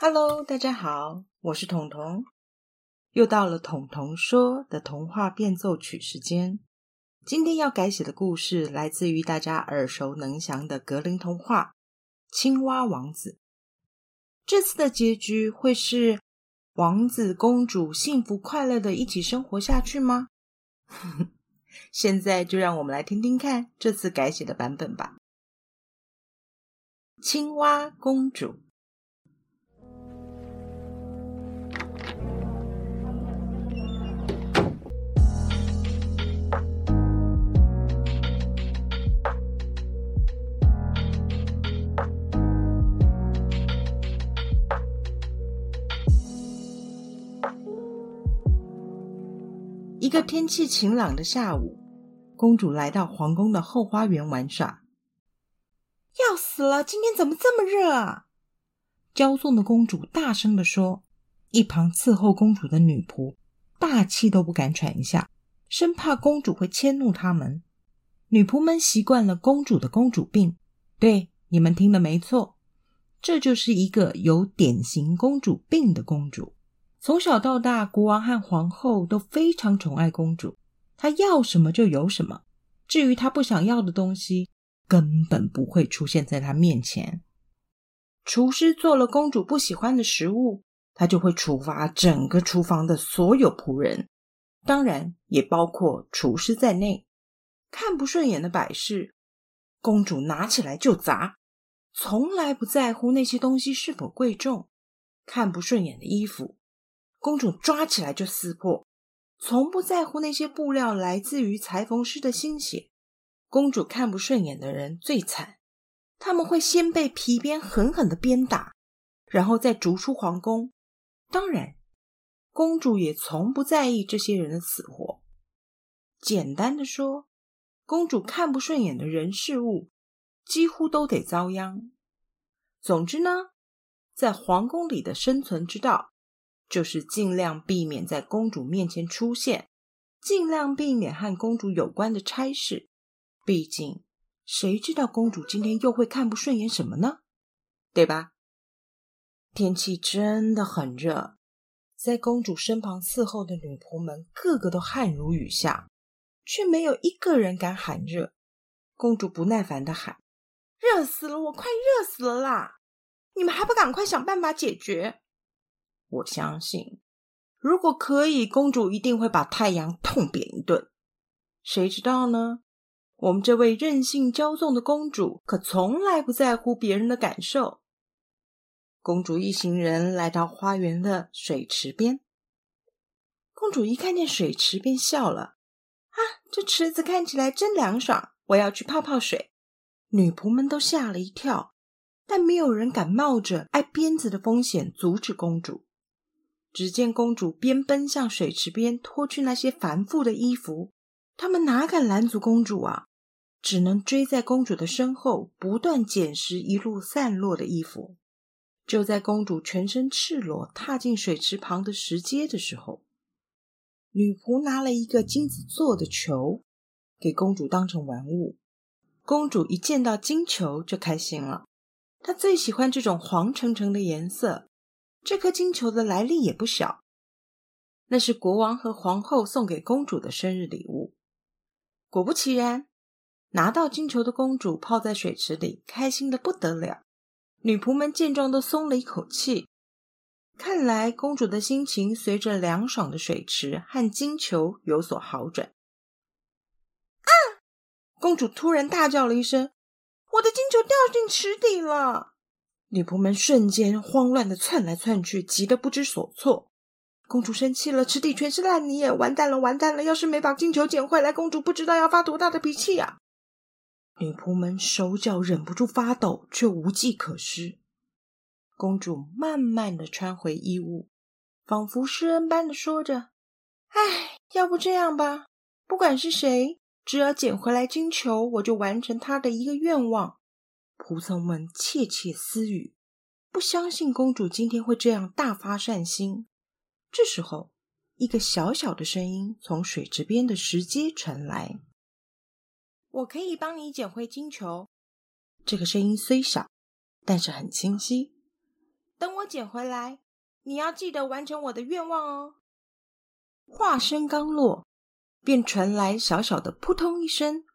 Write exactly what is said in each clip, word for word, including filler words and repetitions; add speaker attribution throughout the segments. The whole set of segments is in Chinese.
Speaker 1: Hello， 大家好，我是彤彤，又到了彤彤说的童话变奏曲时间。今天要改写的故事来自于大家耳熟能详的格林童话《青蛙王子》。这次的结局会是王子公主幸福快乐的一起生活下去吗？现在就让我们来听听看这次改写的版本吧。青蛙公主。一个天气晴朗的下午，公主来到皇宫的后花园玩耍。要死了，今天怎么这么热啊？骄纵的公主大声地说，一旁伺候公主的女仆大气都不敢喘一下，生怕公主会迁怒他们。女仆们习惯了公主的公主病，对，你们听得没错，这就是一个有典型公主病的公主。从小到大，国王和皇后都非常宠爱公主，她要什么就有什么，至于她不想要的东西，根本不会出现在她面前。厨师做了公主不喜欢的食物，他就会处罚整个厨房的所有仆人，当然也包括厨师在内。看不顺眼的摆饰，公主拿起来就砸，从来不在乎那些东西是否贵重。看不顺眼的衣服，公主抓起来就撕破，从不在乎那些布料来自于裁缝师的心血。公主看不顺眼的人最惨，他们会先被皮鞭狠狠地鞭打，然后再逐出皇宫。当然，公主也从不在意这些人的死活。简单的说，公主看不顺眼的人事物几乎都得遭殃。总之呢，在皇宫里的生存之道就是尽量避免在公主面前出现，尽量避免和公主有关的差事。毕竟谁知道公主今天又会看不顺眼什么呢？对吧？天气真的很热，在公主身旁伺候的女仆们个个都汗如雨下，却没有一个人敢喊热。公主不耐烦地喊，热死了，我快热死了啦！你们还不赶快想办法解决？我相信，如果可以，公主一定会把太阳痛扁一顿。谁知道呢？我们这位任性骄纵的公主可从来不在乎别人的感受。公主一行人来到花园的水池边。公主一看见水池便笑了，啊，这池子看起来真凉爽，我要去泡泡水。女仆们都吓了一跳，但没有人敢冒着挨鞭子的风险阻止公主。只见公主边奔向水池边脱去那些繁复的衣服，他们哪敢拦阻公主啊，只能追在公主的身后，不断捡拾一路散落的衣服。就在公主全身赤裸踏进水池旁的石阶的时候，女仆拿了一个金子做的球给公主当成玩物。公主一见到金球就开心了，她最喜欢这种黄澄澄的颜色。这颗金球的来历也不小，那是国王和皇后送给公主的生日礼物。果不其然，拿到金球的公主泡在水池里，开心得不得了。女仆们见状都松了一口气，看来公主的心情随着凉爽的水池和金球有所好转。啊！公主突然大叫了一声，我的金球掉进池底了！女仆们瞬间慌乱地窜来窜去，急得不知所措。公主生气了，池底全是烂泥耶，完蛋了完蛋了，要是没把金球捡回来，公主不知道要发多大的脾气啊！女仆们手脚忍不住发抖，却无计可施。公主慢慢地穿回衣物，仿佛施恩般地说着，唉，要不这样吧，不管是谁，只要捡回来金球，我就完成他的一个愿望。仆从们窃窃私语，不相信公主今天会这样大发善心。这时候，一个小小的声音从水池边的石阶传来，我可以帮你捡回金球。这个声音虽小，但是很清晰。 等我捡回来，你要记得完成我的愿望哦。话声刚落，便传来小小的扑通一声。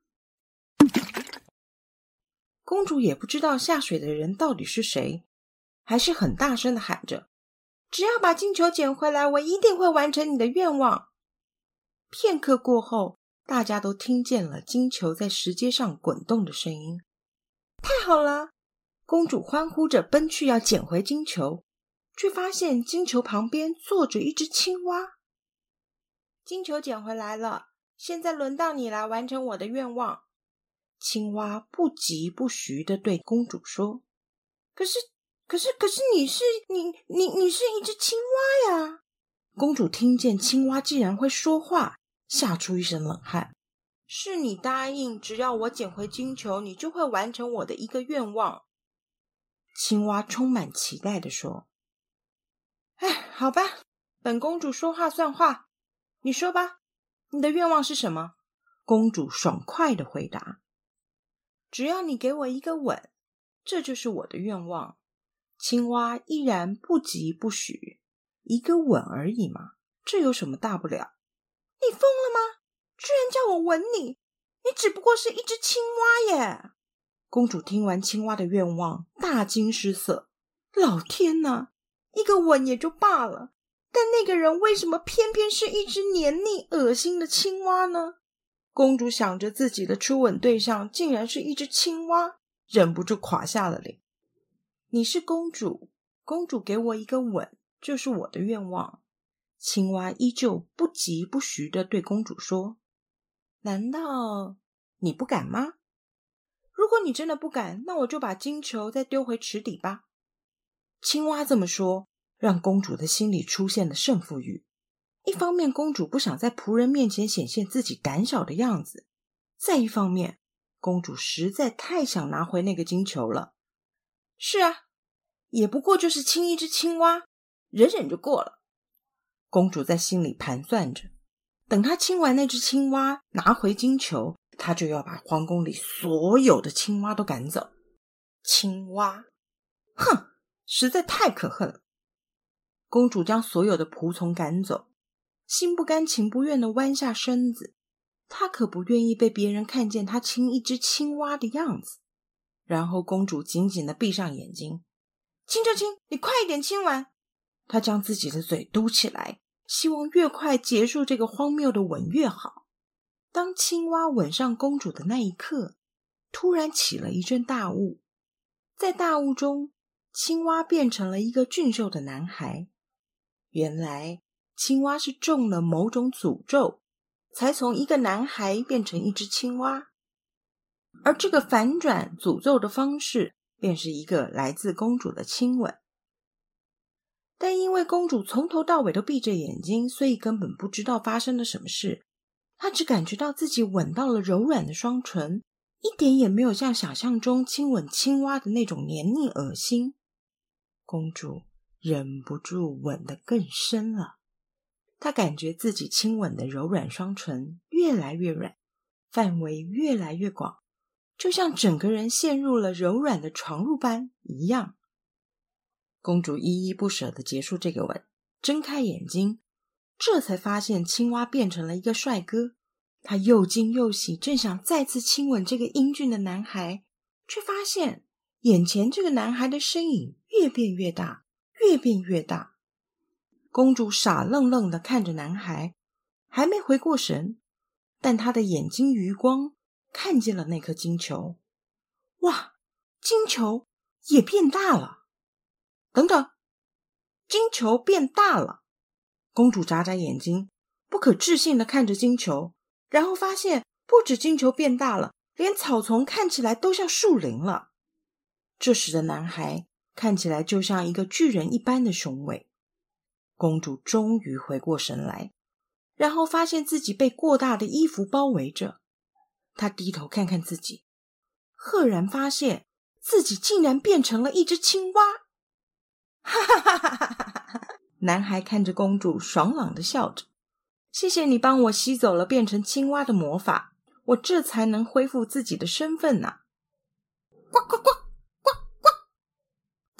Speaker 1: 公主也不知道下水的人到底是谁，还是很大声的喊着，只要把金球捡回来，我一定会完成你的愿望。片刻过后，大家都听见了金球在石阶上滚动的声音。太好了！公主欢呼着奔去要捡回金球，却发现金球旁边坐着一只青蛙。金球捡回来了，现在轮到你来完成我的愿望。青蛙不疾不徐地对公主说：可是可是可是你是你你你是一只青蛙呀！公主听见青蛙竟然会说话，吓出一身冷汗。是你答应只要我捡回金球，你就会完成我的一个愿望。青蛙充满期待地说：哎，好吧，本公主说话算话，你说吧，你的愿望是什么？公主爽快地回答：只要你给我一个吻，这就是我的愿望。青蛙依然不疾不徐：一个吻而已嘛，这有什么大不了？你疯了吗？居然叫我吻你，你只不过是一只青蛙耶！公主听完青蛙的愿望，大惊失色。老天哪，一个吻也就罢了，但那个人为什么偏偏是一只黏腻恶心的青蛙呢？公主想着自己的初吻对象竟然是一只青蛙，忍不住垮下了脸。你是公主，公主给我一个吻，就是我的愿望。青蛙依旧不疾不徐地对公主说：难道你不敢吗？如果你真的不敢，那我就把金球再丢回池底吧。青蛙这么说，让公主的心里出现了胜负欲。一方面，公主不想在仆人面前显现自己胆小的样子；再一方面，公主实在太想拿回那个金球了。是啊，也不过就是亲一只青蛙，忍忍就过了。公主在心里盘算着，等她亲完那只青蛙，拿回金球，她就要把皇宫里所有的青蛙都赶走。青蛙，哼，实在太可恨了。公主将所有的仆从赶走，心不甘情不愿地弯下身子，她可不愿意被别人看见她亲一只青蛙的样子。然后公主紧紧地闭上眼睛，亲就亲，你快一点亲完。她将自己的嘴嘟起来，希望越快结束这个荒谬的吻越好。当青蛙吻上公主的那一刻，突然起了一阵大雾。在大雾中，青蛙变成了一个俊秀的男孩。原来青蛙是中了某种诅咒，才从一个男孩变成一只青蛙。而这个反转诅咒的方式，便是一个来自公主的亲吻。但因为公主从头到尾都闭着眼睛，所以根本不知道发生了什么事。她只感觉到自己吻到了柔软的双唇，一点也没有像想象中亲吻青蛙的那种黏腻恶心。公主忍不住吻得更深了，她感觉自己亲吻的柔软双唇越来越软，范围越来越广，就像整个人陷入了柔软的床褥般一样。公主依依不舍地结束这个吻，睁开眼睛，这才发现青蛙变成了一个帅哥。她又惊又喜，正想再次亲吻这个英俊的男孩，却发现眼前这个男孩的身影越变越大，越变越大。公主傻愣愣地看着男孩，还没回过神，但她的眼睛余光看见了那颗金球。哇，金球也变大了！等等，金球变大了！公主眨眨眼睛，不可置信地看着金球，然后发现不止金球变大了，连草丛看起来都像树林了。这时的男孩看起来就像一个巨人一般的雄伟。公主终于回过神来，然后发现自己被过大的衣服包围着。她低头看看自己，赫然发现自己竟然变成了一只青蛙。哈哈哈哈哈哈！男孩看着公主，爽朗地笑着。谢谢你帮我吸走了变成青蛙的魔法，我这才能恢复自己的身份呢、啊。呱呱呱呱呱！